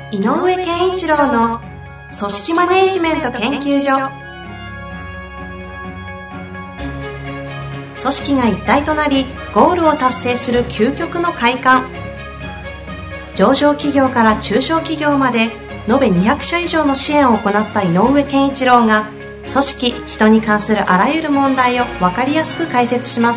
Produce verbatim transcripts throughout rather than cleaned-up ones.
井上健一郎の組織マネジメント研究所。組織が一体となりゴールを達成する究極の快感。上場企業から中小企業まで延べにひゃくしゃ以上の支援を行った井上健一郎が、組織・人に関するあらゆる問題を分かりやすく解説します。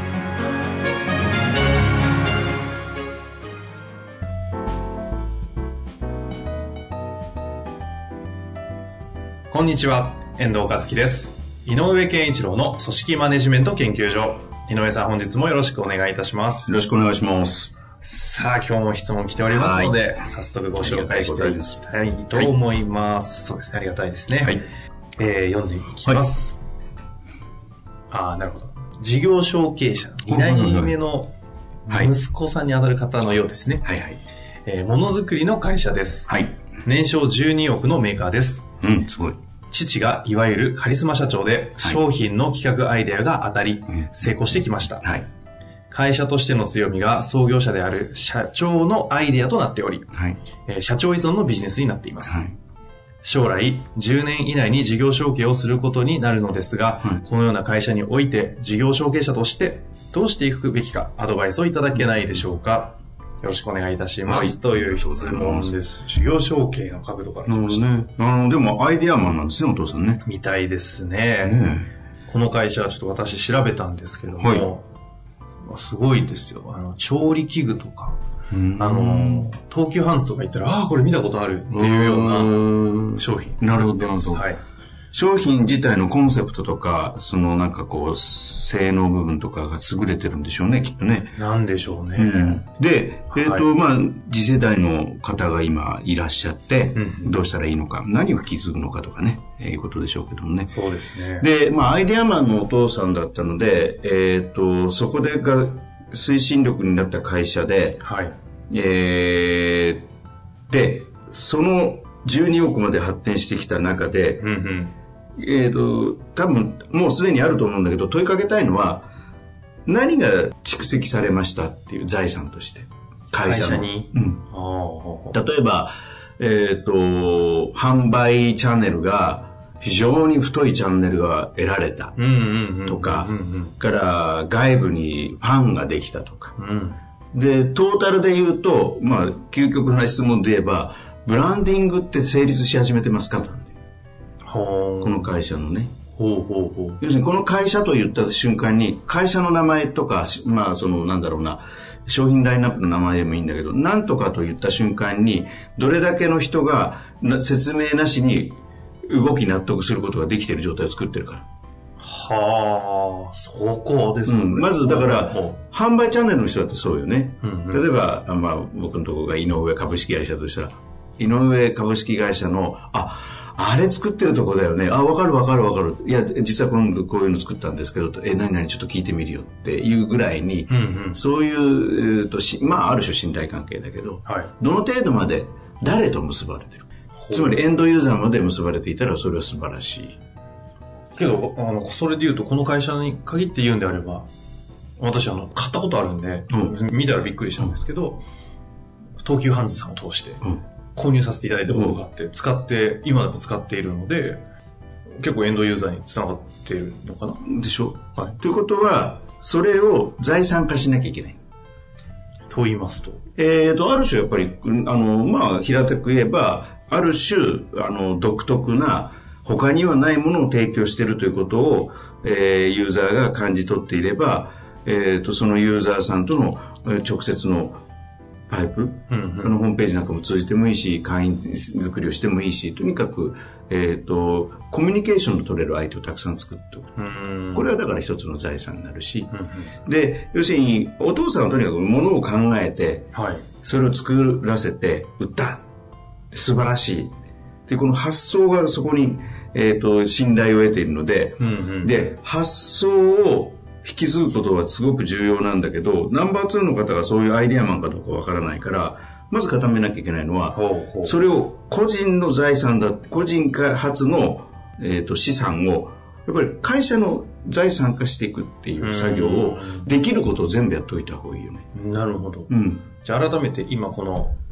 こんにちは、遠藤和樹です。井上健一郎の組織マネジメント研究所。井上さん、本日もよろしくお願いいたします。 よろしくお願いします。 さあ、今日も質問来ておりますので、早速ご紹介していきたいと思います。そうですね、ありがたいですね。はい。えー、読んでいきます。はい、ああ、なるほど。事業承継者、に代目の息子さんにあたる方のようですね。はいはい。えー、ものづくりの会社です。はい。年商じゅうにおくのメーカーです。 うん、すごい。 父がいわゆるカリスマ社長で、はい、商品の企画アイデアが当たり、うん、成功してきました。はい。会社としての強みが創業者である社長のアイデアとなっており、はい。えー、社長依存のビジネスになっています。はい。将来じゅうねん以内に事業承継をすることになるのですが、はい、このような会社において事業承継者としてどうしていくべきかアドバイスをいただけないでしょうか。よろしくお願いいたします。はい、という質問です。事業承継の角度から来ました。 なるほどね。あの、でもアイデアマンなんですね、お父さんね。 みたいですね。ね、この会社はちょっと私調べたんですけども、はい、すごいですよ。あの、調理器具とか、あの、東急ハンズとか行ったら、ああ、これ見たことあるっていうような商品。 なるほど、なるほど。はい。商品自体のコンセプトとか、そのなんかこう、性能部分とかが優れてるんでしょうね、きっとね。 なんでしょうね。 うん、で、えっ、ー、と、はい、まあ、次世代の方が今いらっしゃって、うん、どうしたらいいのか、何を引き継ぐのかとかね、えー、いうことでしょうけどもね。 そうですね。 で、まあ、アイデアマンのお父さんだったので、えっ、ー、と、そこでが推進力になった会社で、はい。えー、で、そのじゅうにおくまで発展してきた中で、うんうん、えーと、多分もうすでにあると思うんだけど、問いかけたいのは何が蓄積されましたっていう財産として会社の、会社に、うん、あ例えば、えーと、販売チャンネルが非常に太いチャンネルが得られたとか、から外部にファンができたとか、うん、でトータルで言うと、まあ究極な質問で言えばブランディングって成立し始めてますかと。この会社のね。ほうほうほう。要するにこの会社と言った瞬間に会社の名前とか、まあそのなんだろうな、商品ラインナップの名前でもいいんだけど、なんとかと言った瞬間にどれだけの人が説明なしに動き納得することができている状態を作ってるから。 はあ、そこですね、うん。 まずだから販売チャンネルの人だってそうよね。うんうん、例えば、まあ僕のところが井上株式会社としたら、井上株式会社の、あ、あれ作ってるとこだよね。あ、わかるわかるわかる。いや、実は今度こういうの作ったんですけど、え、何々ちょっと聞いてみるよっていうぐらいに、うんうん、そういう、えーとし、まあ、ある種信頼関係だけど、はい、どの程度まで誰と結ばれてる。つまりエンドユーザーまで結ばれていたらそれは素晴らしい。 けど、あの、それで言うと、この会社に限って言うんであれば、私、あの、買ったことあるんで、うん、見たらびっくりしたんですけど、うん、東急ハンズさんを通して、うん購入させていただいたものがあって、使って、今でも使っているので、結構エンドユーザーにつながっているのかなでしょ、はい、ということは、それを財産化しなきゃいけない。 と言いますとえーと、ある種やっぱり、あの、まあ、平たく言えば、ある種、あの、独特な、他にはないものを提供しているということを、えー、ユーザーが感じ取っていれば、えーと、そのユーザーさんとの直接のパイプ、うんうん、あのホームページなんかも通じてもいいし、会員作りをしてもいいし、とにかく、えっと、コミュニケーションの取れる相手をたくさん作っておく。うんこれはだから一つの財産になるし、うんうん、で、要するに、お父さんはとにかくものを考えて、はい、それを作らせて、売った素晴らしい。で、この発想がそこに、えっと、信頼を得ているので、うんうん、で、発想を引き継ぐことはすごく重要なんだけど、ナンバーツーの方がそういうアイデアマンかどうかわからないから、まず固めなきゃいけないのは、ほうほうそれを個人の財産だ、個人開発の、えーと、資産を、やっぱり会社の財産化していくっていう作業をできることを全部やっておいた方がいいよね。 なるほど。うん。じゃあ改めて今この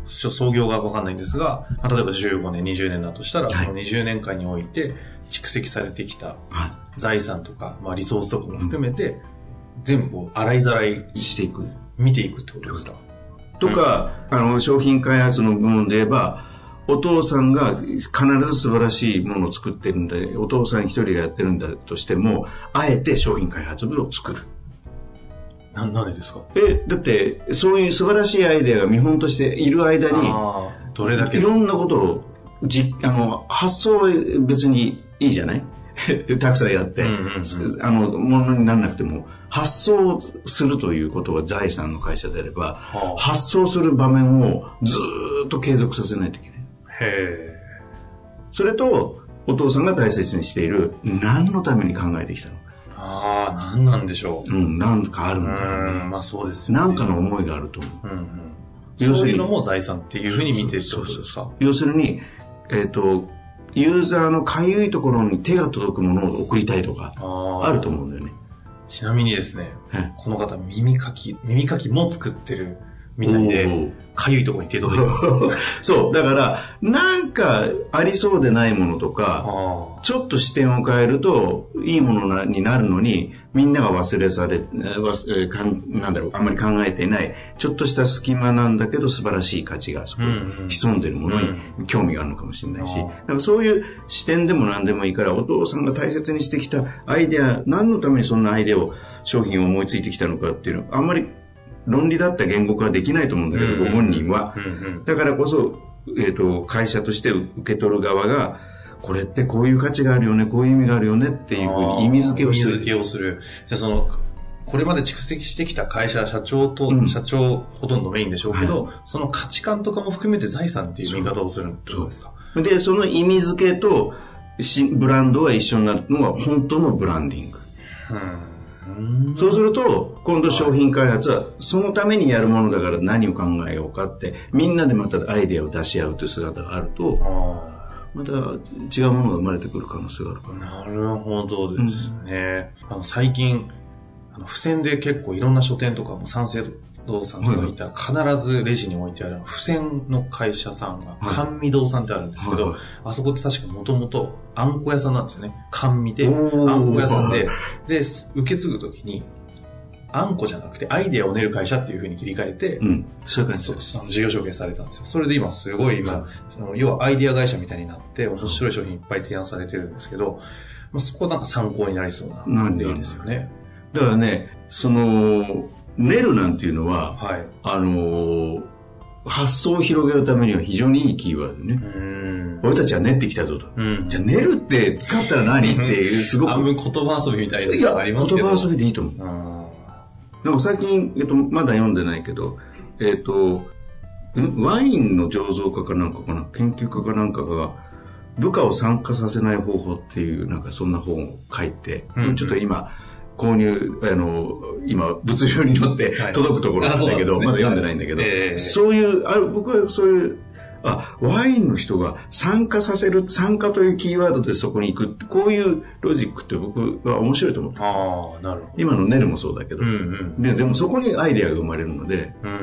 創業がわかんないんですが、例えばじゅうごねん、にじゅうねんだとしたら、はい、そのにじゅうねんかんにおいて蓄積されてきた財産とか、まあ、リソースとかも含めて、うん、全部こう洗いざらいしていく。見ていくってことですか？ とか、うん、あの、商品開発の部門で言えば、お父さんが必ず素晴らしいものを作ってるんで、お父さん一人がやってるんだとしても、あえて商品開発部を作る。 な、なんでですか？ え、だって、そういう素晴らしいアイデアが見本としている間に、 どれだけいろんなことを、じ、あの、発想は別にいいじゃないたくさんやって、うんうんうん、あの、ものにならなくても、発想するということは財産の会社であれば、はあ、発想する場面をずーっと継続させないといけない。 へー。それと、お父さんが大切にしている、何のために考えてきたのか。 ああ、何なんでしょう。 うん、なんかあるんだよね。 うん、まあそうですよね。 なんかの思いがあると思う。うんうん、 要するにそういうのも財産っていうふうに見てるってことですか？ 要するに、えっと、ユーザーのかゆいところに手が届くものを送りたいとか、あると思うんだよね。 ちなみにですね、この方耳かき、耳かきも作ってるみたいで、かゆいところに手届いてます。 そう、だから、なんかありそうでないものとか、ちょっと視点を変えるといいものになるのに、みんなが忘れされ、忘かんなんだろう、あんまり考えていない、ちょっとした隙間なんだけど素晴らしい価値がそこに潜んでいるものに興味があるのかもしれないし、だからそういう視点でも何でもいいから、お父さんが大切にしてきたアイデア、何のためにそんなアイデアを、商品を思いついてきたのかっていうのは、あんまり論理だった言語化はできないと思うんだけど、うん、ご本人は、うんうん、だからこそ、えーと、会社として受け取る側がこれってこういう価値があるよね、こういう意味があるよねっていうふうに意味付けをする。 意味付けをする。じゃあそのこれまで蓄積してきた会社社長と、うん、社長ほとんどメインでしょうけど、はい、その価値観とかも含めて財産っていう見方をするってことですか？ で、その意味付けとブランドが一緒になるのが本当のブランディング。うん、そうすると今度商品開発はそのためにやるものだから何を考えようかってみんなでまたアイデアを出し合うという姿があるとまた違うものが生まれてくる可能性があるから。 なるほどですね、うん、あの最近あの付箋で結構いろんな書店とかも三省堂さんとか行ったら必ずレジに置いてある付箋の会社さんが甘味堂さんってあるんですけど、はいはい、あそこって確かもともとあんこ屋さんなんですよね。甘味であんこ屋さんでで受け継ぐときにあんこじゃなくてアイデアを練る会社っていう風に切り替えて、うん、そういう感じで事業承継されたんですよ。それで今すごい今要はアイデア会社みたいになって面白い商品いっぱい提案されてるんですけど、まあ、そこはなんか参考になりそうな例ですよね。 だからね、その練るなんていうのは、はい、あのー、発想を広げるためには非常にいいキーワードね。うん俺たちは練ってきたぞと、うん、じゃあ練るって使ったら何っていうすごく言葉遊びみたいなのがありますけど、 言葉遊びでいいと思う。なんか最近、えっと、まだ読んでないけど、えっとワインの醸造家かなんかかな、研究家かなんかが部下を参加させない方法っていうなんかそんな本を書いて、うんうん、ちょっと今購入、あの、今、物流に乗って届くところなんだけど、はいね、まだ読んでないんだけど、はいえー、そういう、あ僕はそういう、あ、ワインの人が参加させる、参加というキーワードでそこに行くって、こういうロジックって僕は面白いと思った。 ああ、なるほど。 今のネルもそうだけど、うんうん、で、でもそこにアイデアが生まれるので、うんうん、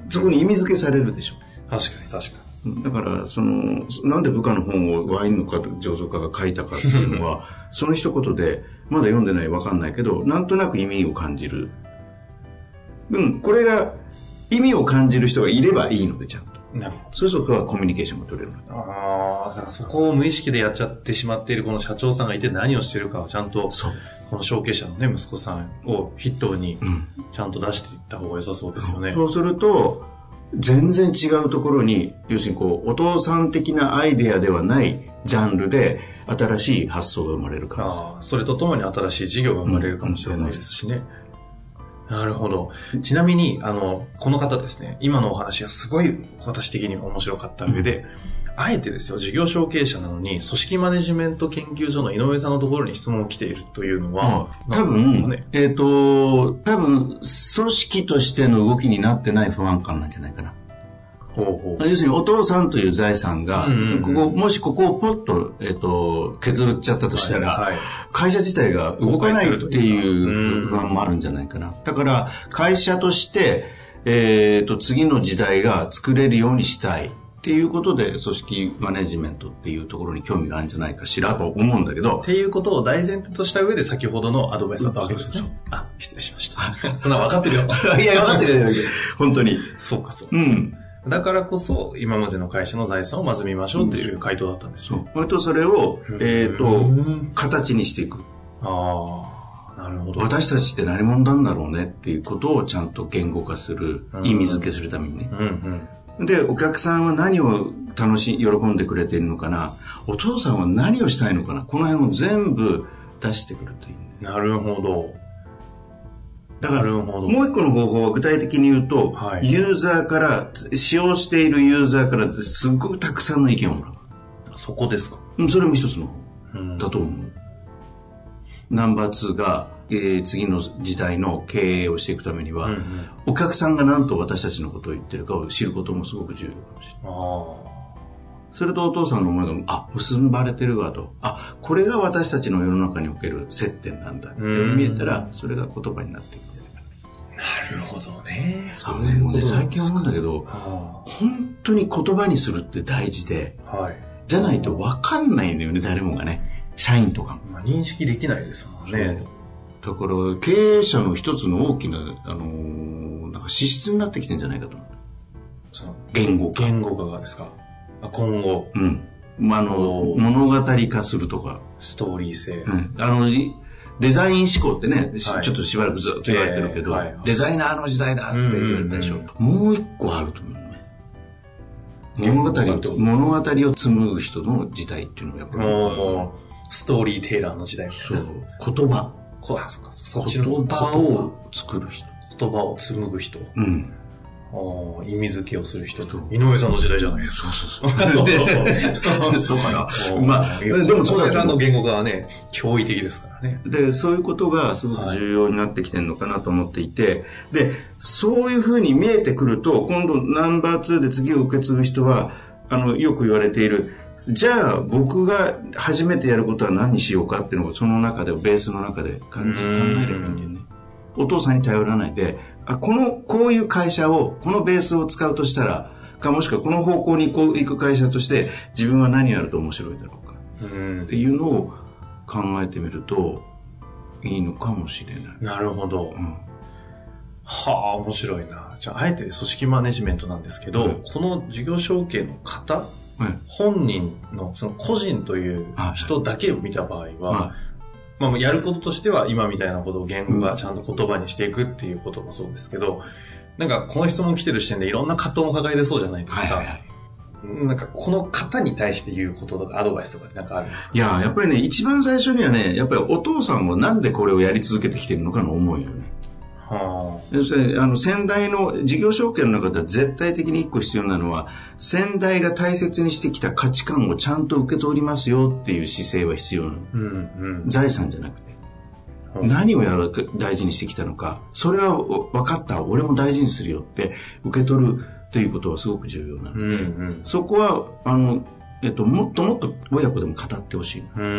そこに意味付けされるでしょ。 確かに確かに。 だから、その、なんで部下の本をワインの醸造家が書いたかっていうのは、その一言で、まだ読んでないわかんないけど、なんとなく意味を感じる。うん、これが、意味を感じる人がいればいいので、ちゃんと。なるほど。そうするとコミュニケーションが取れる。 ああ、そこを無意識でやっちゃってしまっているこの社長さんがいて何をしているかをちゃんと、この承継者のね、息子さんを筆頭に、ちゃんと出していった方が良さそうですよね。 うん、そうすると、全然違うところに、要するにこう、お父さん的なアイデアではないジャンルで、新しい発想が生まれるかもしれない。 ああ、それとともに新しい事業が生まれるかもしれないですしね。うん、なるほど。ちなみに、あの、この方ですね、今のお話がすごい私的に面白かった上で、うん、あえてですよ、事業承継者なのに、組織マネジメント研究所の井上さんのところに質問を来ているというのは、 うん、多分、ね、えっと、多分、組織としての動きになってない不安感なんじゃないかな。ほうほう。要するにお父さんという財産が、うんうんうん、ここもしここをポッと、えー、と削っちゃったとしたら、はいはい、会社自体が動かないっていう不安もあるんじゃないかな。だから会社としてえーと、次の時代が作れるようにしたいっていうことで、組織マネジメントっていうところに興味があるんじゃないかしらと思うんだけど。 っていうことを大前提とした上で先ほどのアドバイスだったわけですね。そうそうそう、あ、失礼しました。そんな分かってるよ。 いや、分かってるよ。本当に。 そうか、そうか。 うん。 だからこそ、今までの会社の財産をまず見ましょうという回答だったんですね。 割とそれを、えっと、形にしていく。 ああ。なるほど。 私たちって何者なんだろうねっていうことをちゃんと言語化する、うん、意味付けするためにね、うんうん、でお客さんは何を楽し喜んでくれているのかな、お父さんは何をしたいのかな、この辺を全部出してくるといい、ね、 なるほど。 だからもう一個の方法は具体的に言うと、はい、ユーザーから使用しているユーザーからすっごくたくさんの意見をもらう。 そこですか。 それも一つの方だと思う、うん、ナンバーツーが、えー、次の時代の経営をしていくためには、うんうん、お客さんが何と私たちのことを言ってるかを知ることもすごく重要かもしれない。あ、それとお父さんの思いが、あ、結ばれてるわと、あ、これが私たちの世の中における接点なんだって見えたら、それが言葉になっていくんじゃないかな。なるほどね。 そうね。もうね、最近思うんだけど、本当に言葉にするって大事で、はい、じゃないと分かんないんだよね、誰もがね。社員とかも。 まあ、認識できないですもんね。 だから経営者の一つの大きな、あのー、なんか資質になってきてるんじゃないかと思う。 その言語化。 言語化がですか。今後。 うん。まあ、あの、物語化するとか。 ストーリー性。 うん。あの、デザイン思考ってね、はい、ちょっとしばらくずっと言われてるけど、えーはいはい、デザイナーの時代だって言われたでしょ。うんうんうん、もう一個あると思うね。物語を、物語を紡ぐ人の時代っていうのがやっぱり。 ストーリーテーラーの時代みたいな。 そう。言葉。 こあ、そっか、そっちの言葉を作る人。 言葉を紡ぐ人。 うん。 あ、意味付けをする人と。井上さんの時代じゃないですか。 そうそうそう。そうそうかな。まあ、でも井上さんの言語化はね、驚異的ですからね。 で、そういうことがすごく重要になってきてるのかなと思っていて、はい、で、そういうふうに見えてくると、今度ナンバーツーで次を受け継ぐ人は、あの、よく言われている、じゃあ僕が初めてやることは何にしようかっていうのがその中でベースの中で感じ考えればいいんだよね。お父さんに頼らないで、あ、このこういう会社をこのベースを使うとしたらか、もしくはこの方向にこう行く会社として自分は何やると面白いだろうかっていうのを考えてみるといいのかもしれない。 なるほど。うん、はあ、面白いな。じゃああえて組織マネジメントなんですけど、うん、この事業承継の方、うん、本人のその個人という人だけを見た場合は、うん、まあ、やることとしては今みたいなことを言語がちゃんと言葉にしていくっていうこともそうですけど、なんかこの質問来てる時点でいろんな葛藤も抱えてそうじゃないですか。はいはい、なんかこの方に対して言うこととかアドバイスとかってなんかあるんですか？ いや、やっぱりね、一番最初にはね、やっぱりお父さんもなんでこれをやり続けてきてるのかの思いよね。はあ、要するにあの先代の事業承継の中では絶対的に一個必要なのは先代が大切にしてきた価値観をちゃんと受け取りますよっていう姿勢は必要なの、うんうん、財産じゃなくて、うん、何をやる大事にしてきたのか、それは分かった、俺も大事にするよって受け取るということはすごく重要なので、うんうん、そこはあの、えっと、もっともっと親子でも語ってほしい、うん、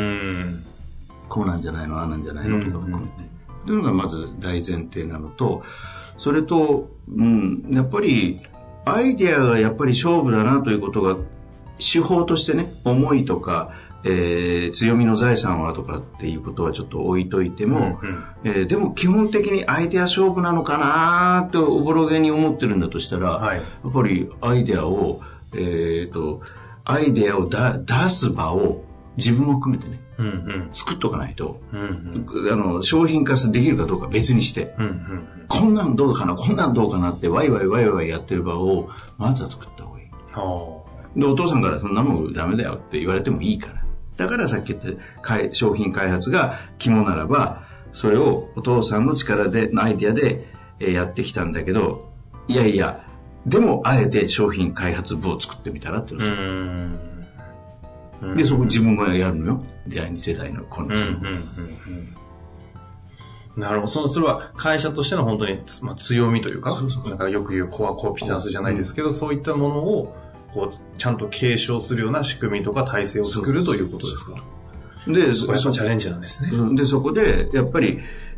こうなんじゃないの、ああなんじゃないのとか含めて、うんうんというのがまず大前提なのと、それと、うん、やっぱりアイデアがやっぱり勝負だなということが手法としてね、思いとか、えー、強みの財産はとかっていうことはちょっと置いといても、うんうんえー、でも基本的にアイデア勝負なのかなとおぼろげに思ってるんだとしたら、はい、やっぱりアイデアを、えーと、アイデアをだ出す場を自分も含めてね、うんうん、作っとかないと、うんうん、あの商品化できるかどうか別にして、うんうん、こんなんどうかな、こんなんどうかなってワイワイワイワイやってる場をまずは作った方がいい。でお父さんからそんなもんダメだよって言われてもいいから、だからさっき言った商品開発が肝ならば、それをお父さんの力でアイデアでやってきたんだけど、いやいやでもあえて商品開発部を作ってみたらって言うんですよ。うんでそこ自分がやるのよ、だいに世代のこのチーム、うんうんうんうん、なるほど。そのそれは会社としての本当に、まあ、強みというか、そうそうそう、なんかよく言うコアコピタンスじゃないですけど、うん、そういったものをこうちゃんと継承するような仕組みとか体制を作るということですか。 でそこはやっぱチャレンジなんですね。 でそこでやっぱり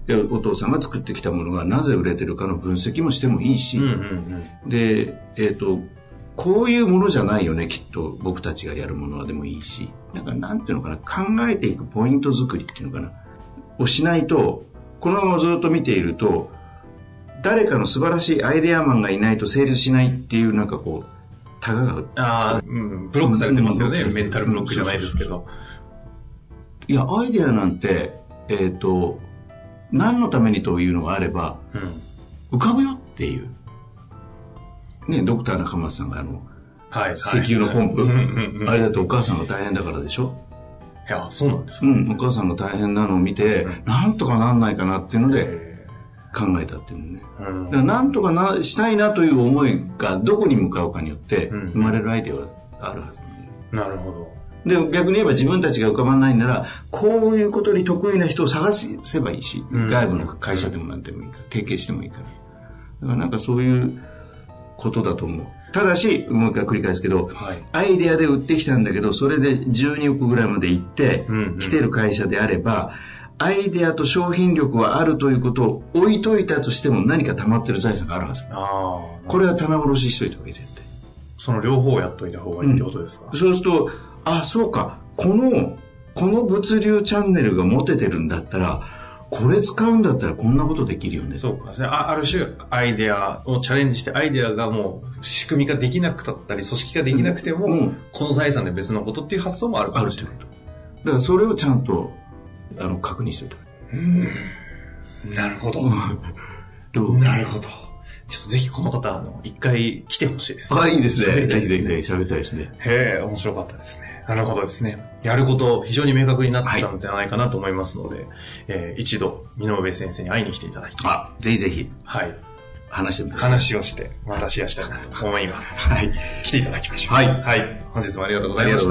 お父さんが作ってきたものがなぜ売れてるかの分析もしてもいいし、うんうんうん、で、えっと、こういうものじゃないよね、きっと僕たちがやるものはでもいいし、なんかなんていうのかな、考えていくポイント作りっていうのかな、をしないと、このままずっと見ていると、誰かの素晴らしいアイデアマンがいないと成立しないっていう、なんかこう、タガが、 ああ、うん、ブロックされてますよね、うん、メンタルブロックじゃないですけど。 いや、アイデアなんて、えっと、何のためにというのがあれば、うん、浮かぶよっていう。ね、ドクター中松さんがあの、はい、石油のポンプ、はい、あれだとお母さんが大変だからでしょ。 いや、そうなんですか。 うん、お母さんが大変なのを見て、うん、なんとかなんないかなっていうので考えたっていうのね。うん、だからなんとかなしたいなという思いがどこに向かうかによって生まれるアイデアはあるはずなんです、 うん、なるほど。 で逆に言えば自分たちが浮かばないならこういうことに得意な人を探せばいいし、うん、外部の会社でもなんでもいいから提携してもいいから、だからなんかそういうことだと思う。ただしもう一回繰り返すけど、はい、アイデアで売ってきたんだけどそれでじゅうにおくぐらいまで行って、うんうん、来てる会社であればアイデアと商品力はあるということを置いといたとしても何か溜まってる財産があるはず。あ、これは棚卸ししといた方がいい絶対。 その両方やっといた方がいいってことですか、 うん、そうするとあ、そうか、このこの物流チャンネルが持ててるんだったらこれ使うんだったらこんなことできるよね。 そうかですね。あ、ある種アイデアをチャレンジしてアイデアがもう仕組みができなくたったり組織ができなくても、うんうん、この財産で別のことっていう発想もあるかもしれない。だからそれをちゃんとあの確認しておいて。 うん、なるほど。なるほど。ちょっとぜひこの方、あの、一回来てほしいですね。 あ、いいですね。ぜひぜひぜひ喋りたいですね。 へえ、面白かったですね。なるほどですね。やること非常に明確になったのではないかなと思いますので、はい、えー、一度、井上先生に会いに来ていただいて。 あ、ぜひぜひ。 はい。 話してみてください。 話をして、またシェアしたいなと思います。はい。来ていただきましょう。 はい。 はい。本日もありがとうございました。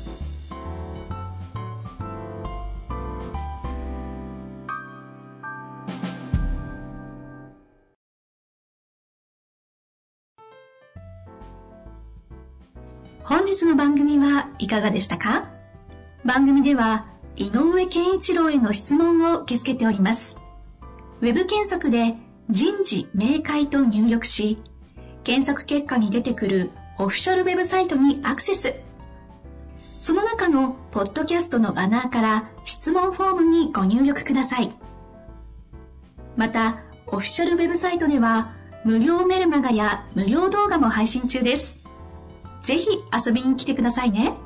本日の番組はいかがでしたか？番組では井上健一郎への質問を受け付けております。ウェブ検索で人事明快と入力し、検索結果に出てくるオフィシャルウェブサイトにアクセス。その中のポッドキャストのバナーから質問フォームにご入力ください。また、オフィシャルウェブサイトでは無料メルマガや無料動画も配信中です。ぜひ遊びに来てくださいね。